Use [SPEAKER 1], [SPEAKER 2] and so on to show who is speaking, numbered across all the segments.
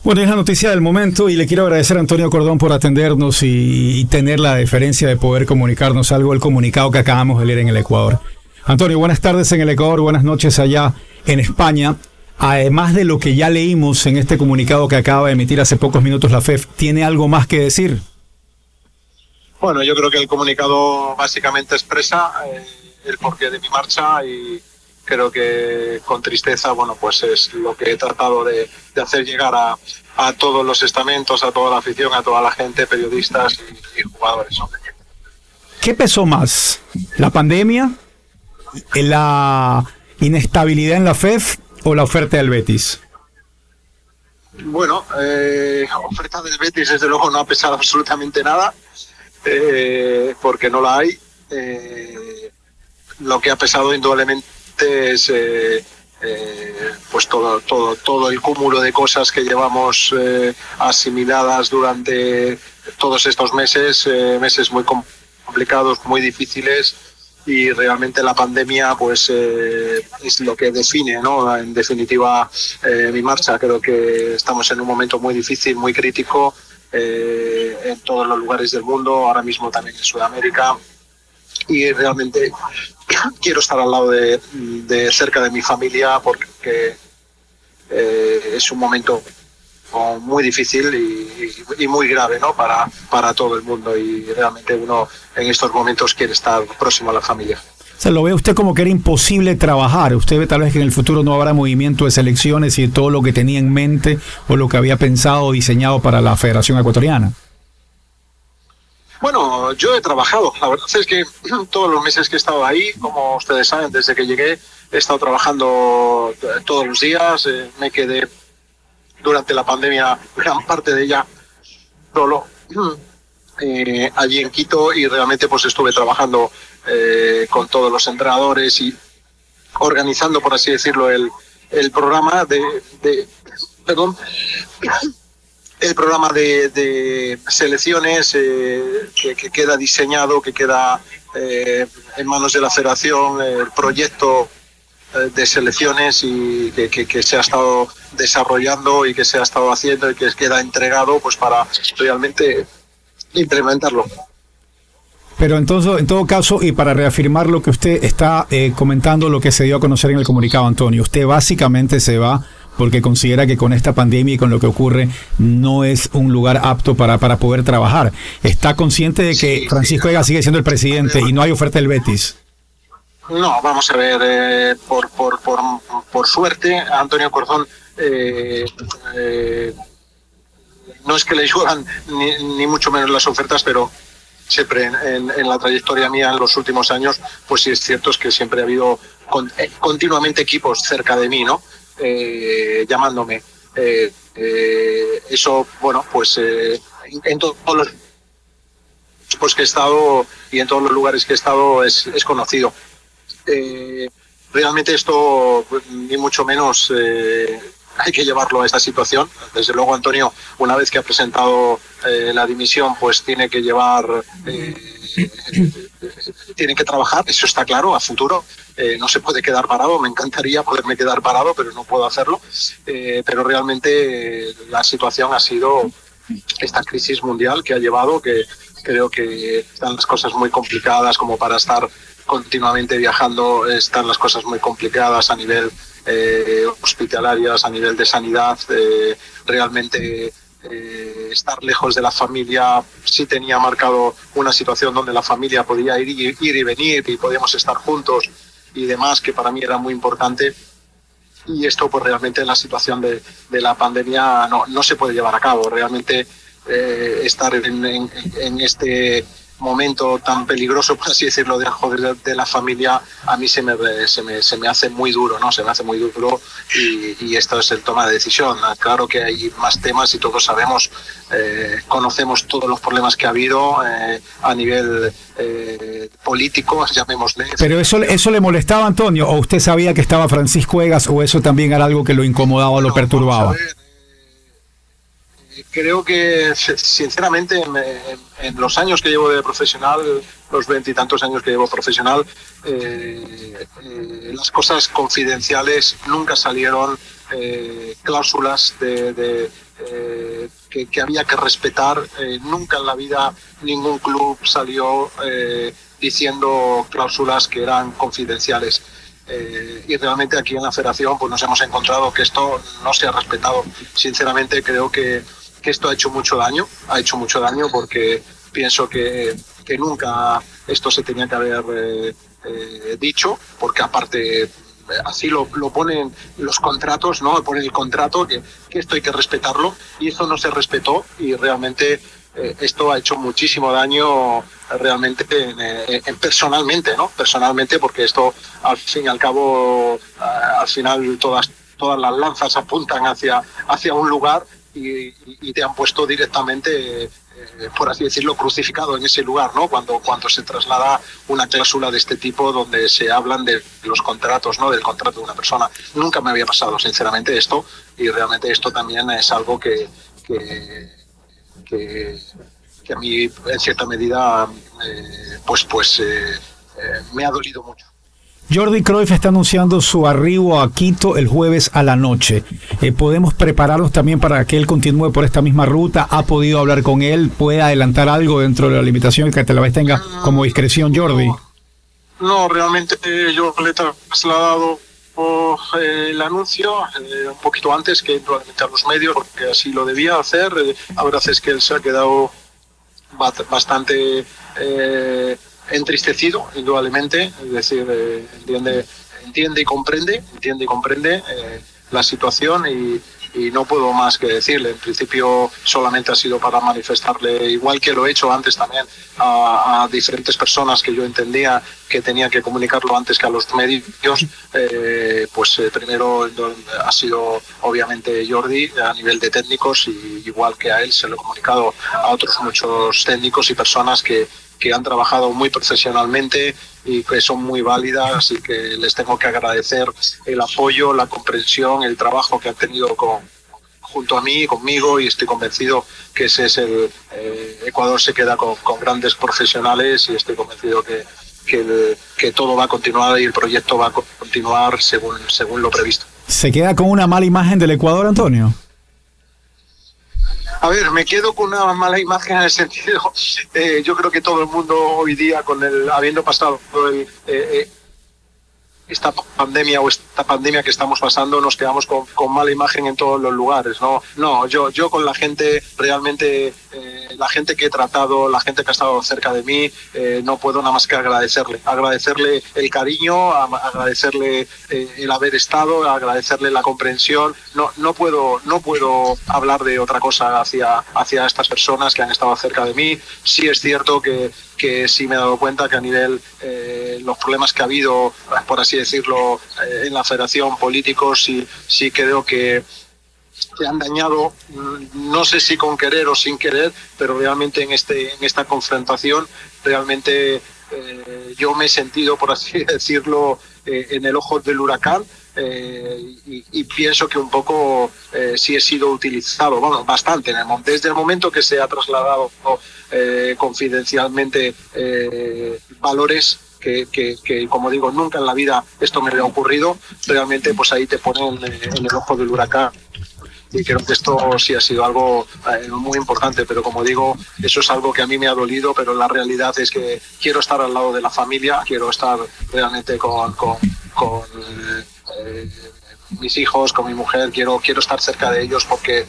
[SPEAKER 1] Bueno, es la noticia del momento y le quiero agradecer a Antonio Cordón por atendernos y tener la deferencia de poder comunicarnos algo del comunicado que acabamos de leer en el Ecuador. Antonio, buenas tardes en el Ecuador, buenas noches allá en España. Además de lo que ya leímos en este comunicado que acaba de emitir hace pocos minutos la FEF, ¿tiene algo más que decir?
[SPEAKER 2] Bueno, yo creo que el comunicado básicamente expresa el porqué de mi marcha y creo que con tristeza, bueno, pues es lo que he tratado de hacer llegar a todos los estamentos, a toda la afición, a toda la gente, periodistas y jugadores.
[SPEAKER 1] ¿Qué pesó más? ¿La pandemia, la inestabilidad en la FEF o la oferta del Betis?
[SPEAKER 2] Bueno, oferta del Betis desde luego no ha pesado absolutamente nada, porque no la hay. Lo que ha pesado indudablemente es pues todo el cúmulo de cosas que llevamos asimiladas durante todos estos meses, meses muy complicados, muy difíciles, y realmente la pandemia pues es lo que define, ¿no? En definitiva mi marcha. Creo que estamos en un momento muy difícil, muy crítico en todos los lugares del mundo, ahora mismo también en Sudamérica, y realmente quiero estar al lado de cerca de mi familia porque es un momento muy difícil y muy grave, ¿no? para todo el mundo, y realmente uno en estos momentos quiere estar próximo a la familia.
[SPEAKER 1] O sea, ¿lo ve usted como que era imposible trabajar? ¿Usted ve tal vez que en el futuro no habrá movimiento de selecciones y de todo lo que tenía en mente o lo que había pensado o diseñado para la Federación Ecuatoriana?
[SPEAKER 2] Bueno, yo he trabajado. La verdad es que todos los meses que he estado ahí, como ustedes saben, desde que llegué, he estado trabajando todos los días. Me quedé durante la pandemia, gran parte de ella, solo allí en Quito, y realmente pues estuve trabajando con todos los entrenadores y organizando, por así decirlo, el programa el programa de selecciones que queda diseñado, que queda en manos de la federación, el proyecto de selecciones y que se ha estado desarrollando y que se ha estado haciendo y que queda entregado pues para realmente implementarlo.
[SPEAKER 1] Pero entonces, en todo caso, y para reafirmar lo que usted está comentando, lo que se dio a conocer en el comunicado, Antonio, usted básicamente se va porque considera que con esta pandemia y con lo que ocurre no es un lugar apto para poder trabajar. ¿Está consciente de que Francisco Egas sigue siendo el presidente y no hay oferta del Betis?
[SPEAKER 2] No, vamos a ver, por suerte, Antonio Cordón no es que le lluevan ni mucho menos las ofertas, pero siempre en la trayectoria mía en los últimos años, pues sí es cierto, es que siempre ha habido continuamente equipos cerca de mí, ¿no? Llamándome. Eso, bueno, pues en todos los equipos que he estado y en todos los lugares que he estado es conocido. Realmente esto, ni mucho menos, hay que llevarlo a esta situación. Desde luego, Antonio, una vez que ha presentado la dimisión, pues tiene que tiene que trabajar, eso está claro, a futuro. No se puede quedar parado. Me encantaría poderme quedar parado, pero no puedo hacerlo. Pero realmente la situación ha sido esta crisis mundial que ha llevado, que creo que están las cosas muy complicadas como para estar continuamente viajando, están las cosas muy complicadas a nivel hospitalarias, a nivel de sanidad. Realmente estar lejos de la familia sí tenía marcado una situación donde la familia podía ir y venir y podíamos estar juntos y demás, que para mí era muy importante, y esto pues realmente en la situación de la pandemia no se puede llevar a cabo. Realmente estar en este momento tan peligroso, por así decirlo, de la familia, a mí se me hace muy duro, ¿no? Se me hace muy duro, y esto es el toma de decisión. Claro que hay más temas y todos sabemos, conocemos todos los problemas que ha habido a nivel político, llamémosle.
[SPEAKER 1] ¿Pero eso le molestaba, Antonio, o usted sabía que estaba Francisco Egas, o eso también era algo que lo incomodaba o lo perturbaba?
[SPEAKER 2] Creo que, sinceramente, en los años que llevo de profesional, los 20 y tantos años que llevo profesional, las cosas confidenciales nunca salieron, cláusulas de que había que respetar. Nunca en la vida ningún club salió diciendo cláusulas que eran confidenciales. Y realmente aquí en la federación pues nos hemos encontrado que esto no se ha respetado. Sinceramente creo que esto ha hecho mucho daño porque pienso que nunca esto se tenía que haber dicho, porque aparte así lo ponen los contratos, ¿no? Pone el contrato que esto hay que respetarlo, y eso no se respetó, y realmente esto ha hecho muchísimo daño realmente personalmente, ¿no? Personalmente, porque esto al fin y al cabo, al final todas las lanzas apuntan hacia un lugar y te han puesto directamente, por así decirlo, crucificado en ese lugar, ¿no? Cuando se traslada una cláusula de este tipo donde se hablan de los contratos, ¿no? Del contrato de una persona. Nunca me había pasado, sinceramente, esto, y realmente esto también es algo que a mí, en cierta medida, me ha dolido mucho.
[SPEAKER 1] Jordi Cruyff está anunciando su arribo a Quito el jueves a la noche. ¿Podemos prepararnos también para que él continúe por esta misma ruta? ¿Ha podido hablar con él? ¿Puede adelantar algo dentro de la limitación que tal vez tenga como discreción, Jordi?
[SPEAKER 2] No, realmente yo le he trasladado el anuncio un poquito antes que probablemente a los medios, porque así lo debía hacer. La verdad es que él se ha quedado bastante entristecido, indudablemente, es decir, entiende y comprende la situación, y no puedo más que decirle. En principio solamente ha sido para manifestarle, igual que lo he hecho antes también a diferentes personas que yo entendía que tenía que comunicarlo antes que a los medios, primero ha sido obviamente Jordi a nivel de técnicos, y igual que a él se lo he comunicado a otros muchos técnicos y personas que han trabajado muy profesionalmente y que son muy válidas, y que les tengo que agradecer el apoyo, la comprensión, el trabajo que han tenido junto a mí, conmigo, y estoy convencido que ese es Ecuador se queda con grandes profesionales, y estoy convencido que todo va a continuar y el proyecto va a continuar según lo previsto.
[SPEAKER 1] ¿Se queda con una mala imagen del Ecuador, Antonio?
[SPEAKER 2] A ver, me quedo con una mala imagen en el sentido, yo creo que todo el mundo hoy día, habiendo pasado esta pandemia que estamos pasando, nos quedamos con mala imagen en todos los lugares, ¿no? Yo con la gente, realmente, la gente que he tratado, la gente que ha estado cerca de mí, no puedo nada más que agradecerle el cariño, agradecerle el haber estado, agradecerle la comprensión. No puedo hablar de otra cosa hacia estas personas que han estado cerca de mí. Sí es cierto que sí me he dado cuenta que a nivel los problemas que ha habido, por así decirlo, en la federación, políticos, sí creo que han dañado, no sé si con querer o sin querer, pero realmente en esta confrontación realmente yo me he sentido, por así decirlo, en el ojo del huracán, y pienso que un poco sí he sido utilizado, bueno, bastante, desde el momento que se ha trasladado confidencialmente valores que, como digo, nunca en la vida esto me había ocurrido. Realmente pues ahí te ponen en el ojo del huracán, y creo que esto sí ha sido algo muy importante, pero como digo, eso es algo que a mí me ha dolido, pero la realidad es que quiero estar al lado de la familia, quiero estar realmente con mis hijos, con mi mujer, quiero estar cerca de ellos, porque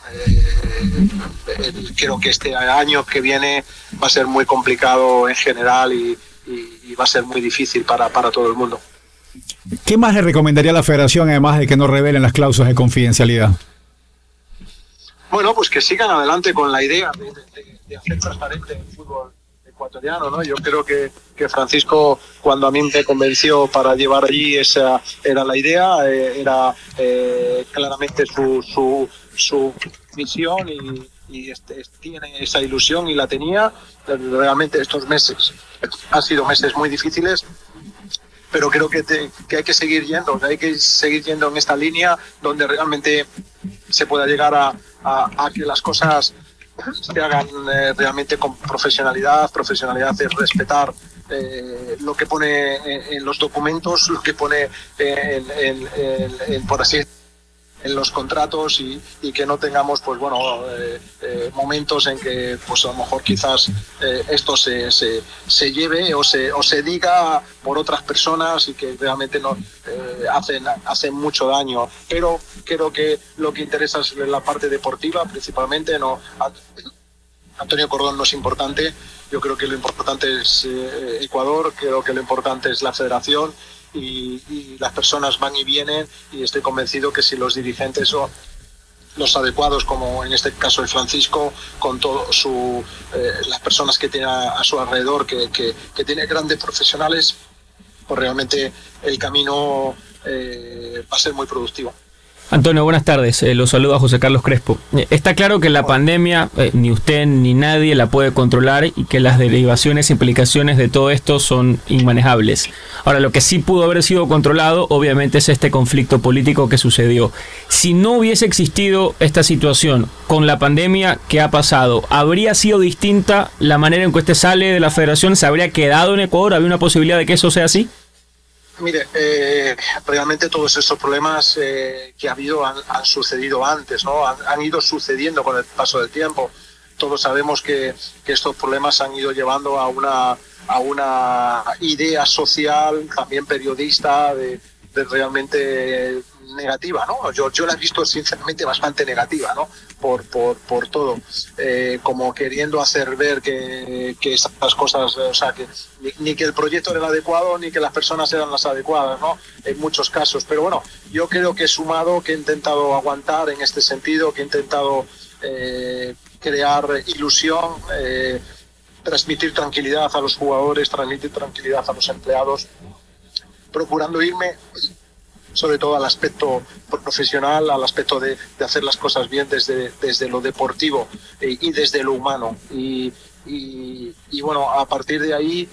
[SPEAKER 2] creo que este año que viene va a ser muy complicado en general, y va a ser muy difícil para todo el mundo.
[SPEAKER 1] ¿Qué más le recomendaría a la federación, además de que no revelen las cláusulas de confidencialidad?
[SPEAKER 2] Bueno, pues que sigan adelante con la idea de hacer transparente el fútbol ecuatoriano, ¿no? Yo creo que Francisco, cuando a mí me convenció para llevar allí, esa era la idea, era claramente su misión, y tiene esa ilusión y la tenía. Realmente estos meses han sido meses muy difíciles, pero creo que hay que seguir yendo, en esta línea donde realmente se pueda llegar a que las cosas se hagan realmente con profesionalidad. Profesionalidad es respetar lo que pone en los documentos, lo que pone por así en los contratos y que no tengamos pues bueno momentos en que pues a lo mejor quizás esto se lleve o se diga por otras personas y que realmente no hacen mucho daño, pero creo que lo que interesa es la parte deportiva principalmente. No, Antonio Cordón no es importante, yo creo que lo importante es Ecuador, creo que lo importante es la federación y las personas van y vienen, y estoy convencido que si los dirigentes son los adecuados, como en este caso el Francisco, con todo las personas que tiene a su alrededor, que tiene grandes profesionales, pues realmente el camino va a ser muy productivo.
[SPEAKER 3] Antonio, buenas tardes. Los saluda José Carlos Crespo. Está claro que la pandemia ni usted ni nadie la puede controlar y que las derivaciones e implicaciones de todo esto son inmanejables. Ahora, lo que sí pudo haber sido controlado, obviamente, es este conflicto político que sucedió. Si no hubiese existido esta situación con la pandemia que ha pasado, ¿habría sido distinta la manera en que usted sale de la federación? ¿Se habría quedado en Ecuador? ¿Había una posibilidad de que eso sea así?
[SPEAKER 2] Mire, realmente todos estos problemas que ha habido han sucedido antes, ¿no? Han ido sucediendo con el paso del tiempo. Todos sabemos que estos problemas han ido llevando a una idea social, también periodista, de realmente negativa, ¿no? Yo la he visto sinceramente bastante negativa, ¿no? Por todo, como queriendo hacer ver que esas cosas, o sea, que ni que el proyecto era el adecuado ni que las personas eran las adecuadas, ¿no? En muchos casos, pero bueno, yo creo que he sumado, que he intentado aguantar en este sentido, que he intentado crear ilusión, transmitir tranquilidad a los jugadores, transmitir tranquilidad a los empleados, procurando irme sobre todo al aspecto profesional, al aspecto de hacer las cosas bien desde lo deportivo y desde lo humano. Y bueno, a partir de ahí,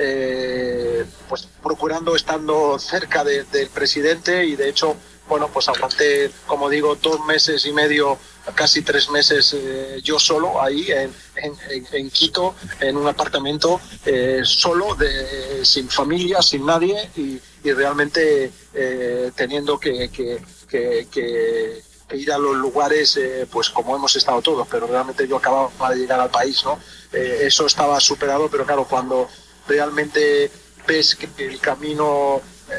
[SPEAKER 2] pues procurando, estando cerca del presidente, y de hecho, bueno, pues aguanté, como digo, 2 meses y medio, casi 3 meses yo solo ahí en Quito, en un apartamento solo, sin familia, sin nadie, y realmente teniendo que ir a los lugares pues como hemos estado todos, pero realmente yo acababa de llegar al país, ¿no? Eso estaba superado, pero claro, cuando realmente ves que el camino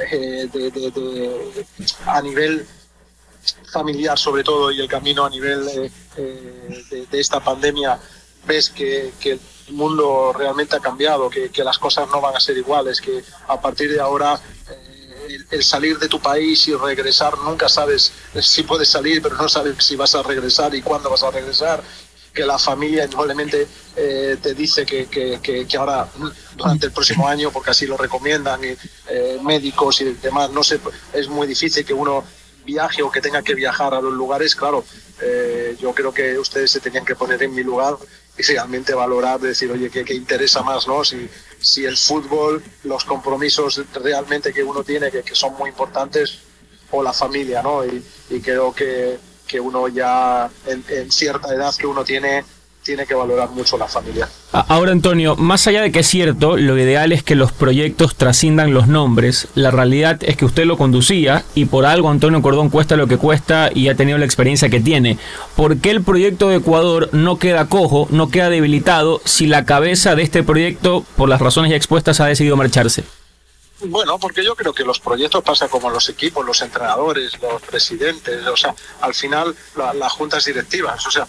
[SPEAKER 2] a nivel familiar sobre todo, y el camino a nivel de esta pandemia, ves que el mundo realmente ha cambiado, que las cosas no van a ser iguales, que a partir de ahora el salir de tu país y regresar, nunca sabes si puedes salir, pero no sabes si vas a regresar y cuándo vas a regresar, que la familia indudablemente te dice que ahora, durante el próximo año, porque así lo recomiendan médicos y demás, no sé, es muy difícil que uno viaje o que tenga que viajar a los lugares. Claro, yo creo que ustedes se tenían que poner en mi lugar y realmente valorar, decir, oye, ¿qué interesa más, no? Si el fútbol, los compromisos realmente que uno tiene, que son muy importantes, o la familia, ¿no? Y creo que uno ya, en cierta edad que uno tiene que valorar mucho la familia.
[SPEAKER 3] Ahora, Antonio, más allá de que es cierto, lo ideal es que los proyectos trasciendan los nombres. La realidad es que usted lo conducía y por algo Antonio Cordón cuesta lo que cuesta y ha tenido la experiencia que tiene. ¿Por qué el proyecto de Ecuador no queda cojo, no queda debilitado, si la cabeza de este proyecto, por las razones ya expuestas, ha decidido marcharse?
[SPEAKER 2] Bueno, porque yo creo que los proyectos pasan como los equipos, los entrenadores, los presidentes, o sea, al final las juntas directivas, o sea,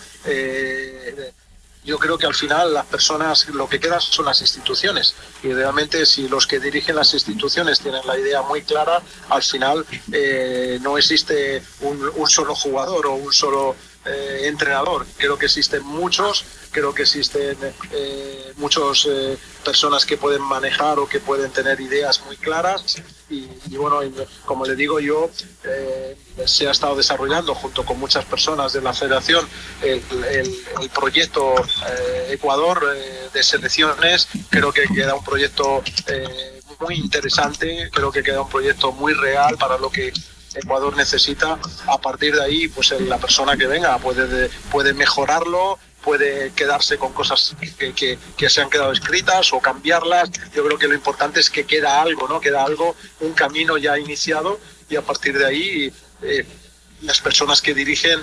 [SPEAKER 2] yo creo que al final las personas, lo que queda son las instituciones, y realmente si los que dirigen las instituciones tienen la idea muy clara, al final no existe un solo jugador o un solo entrenador. Creo que existen muchos, creo que existen muchas personas que pueden manejar o que pueden tener ideas muy claras, y bueno, como le digo yo, se ha estado desarrollando junto con muchas personas de la federación el proyecto Ecuador de selecciones. Creo que queda un proyecto muy interesante, creo que queda un proyecto muy real para lo que Ecuador necesita. A partir de ahí, pues la persona que venga puede mejorarlo, puede quedarse con cosas que se han quedado escritas o cambiarlas. Yo creo que lo importante es que queda algo, ¿no? Queda algo, un camino ya iniciado, y a partir de ahí las personas que dirigen,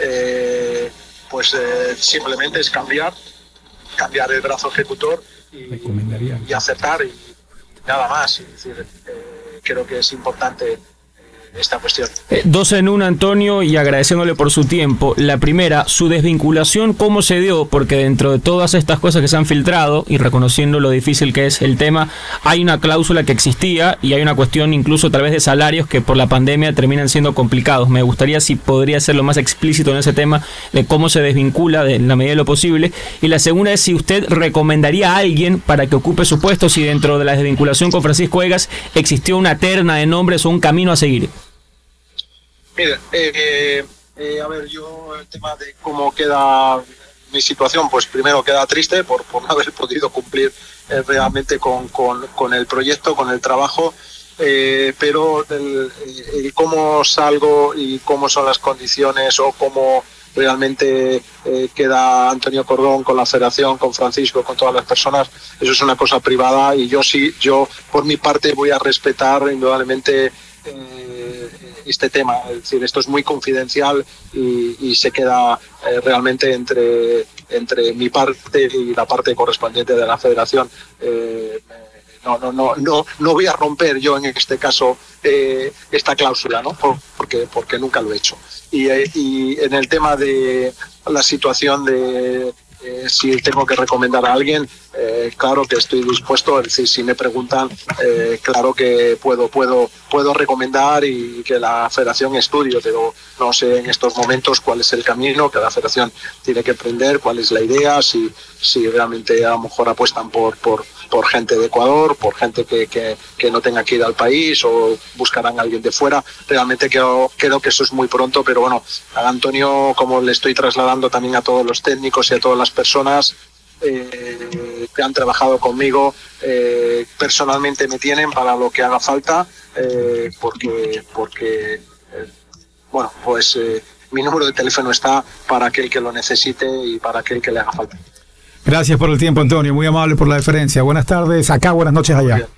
[SPEAKER 2] simplemente es cambiar el brazo ejecutor y aceptar y nada más. Es decir, creo que es importante esta cuestión.
[SPEAKER 3] 2 en 1, Antonio, y agradeciéndole por su tiempo. La primera, su desvinculación, ¿cómo se dio? Porque dentro de todas estas cosas que se han filtrado, y reconociendo lo difícil que es el tema, hay una cláusula que existía y hay una cuestión incluso a través de salarios que por la pandemia terminan siendo complicados. Me gustaría si podría ser lo más explícito en ese tema de cómo se desvincula en la medida de lo posible. Y la segunda es si usted recomendaría a alguien para que ocupe su puesto, si dentro de la desvinculación con Francisco Egas existió una terna de nombres o un camino a seguir.
[SPEAKER 2] Mire, yo el tema de cómo queda mi situación, pues primero queda triste por no haber podido cumplir realmente con el proyecto, con el trabajo, pero el cómo salgo y cómo son las condiciones o cómo realmente queda Antonio Cordón con la federación, con Francisco, con todas las personas, eso es una cosa privada y yo por mi parte voy a respetar indudablemente este tema, es decir, esto es muy confidencial y se queda realmente entre mi parte y la parte correspondiente de la federación. No voy a romper yo en este caso esta cláusula, ¿no? Porque nunca lo he hecho. Y en el tema de la situación de si tengo que recomendar a alguien, claro que estoy dispuesto, es decir, si me preguntan, claro que puedo recomendar y que la federación estudie, pero no sé en estos momentos cuál es el camino que la federación tiene que emprender, cuál es la idea, si realmente a lo mejor apuestan por gente de Ecuador, por gente que no tenga que ir al país o buscarán a alguien de fuera. Realmente creo que eso es muy pronto, pero bueno, a Antonio, como le estoy trasladando también a todos los técnicos y a todas las personas que han trabajado conmigo, personalmente me tienen para lo que haga falta, porque mi número de teléfono está para aquel que lo necesite y para aquel que le haga falta.
[SPEAKER 1] Gracias por el tiempo, Antonio. Muy amable por la deferencia. Buenas tardes acá, buenas noches allá.